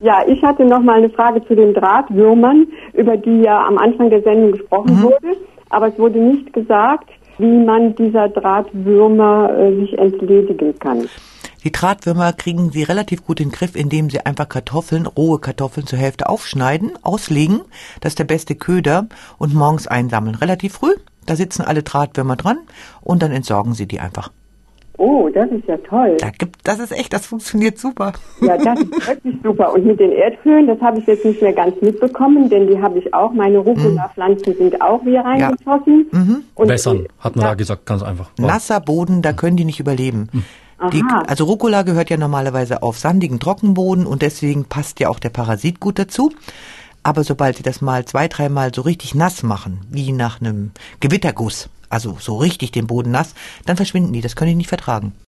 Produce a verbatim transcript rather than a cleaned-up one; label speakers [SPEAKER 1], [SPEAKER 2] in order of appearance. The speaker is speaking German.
[SPEAKER 1] Ja, ich hatte noch mal eine Frage zu den Drahtwürmern, über die ja am Anfang der Sendung gesprochen mhm. wurde. Aber es wurde nicht gesagt, wie man dieser Drahtwürmer äh, sich entledigen kann.
[SPEAKER 2] Die Drahtwürmer kriegen Sie relativ gut in den Griff, indem Sie einfach Kartoffeln, rohe Kartoffeln zur Hälfte aufschneiden, auslegen, das ist der beste Köder, und morgens einsammeln. Relativ früh, da sitzen alle Drahtwürmer dran und dann entsorgen Sie die einfach.
[SPEAKER 1] Oh, das ist ja toll.
[SPEAKER 2] Da gibt, das ist echt, das funktioniert super.
[SPEAKER 1] Ja, das ist wirklich super. Und mit den Erdhöhlen, das habe ich jetzt nicht mehr ganz mitbekommen, denn die habe ich auch. Meine Rucola-Pflanzen mm. sind auch wieder reingeschossen.
[SPEAKER 2] Ja. Mhm.
[SPEAKER 3] Und Wässern, hat man ja. da gesagt, ganz einfach.
[SPEAKER 2] Wow. Nasser Boden, da können die nicht überleben. Mhm. Die, also Rucola gehört ja normalerweise auf sandigen Trockenboden und deswegen passt ja auch der Parasit gut dazu. Aber sobald Sie das mal zwei, dreimal so richtig nass machen, wie nach einem Gewitterguss, also so richtig den Boden nass, dann verschwinden die, das können die nicht vertragen.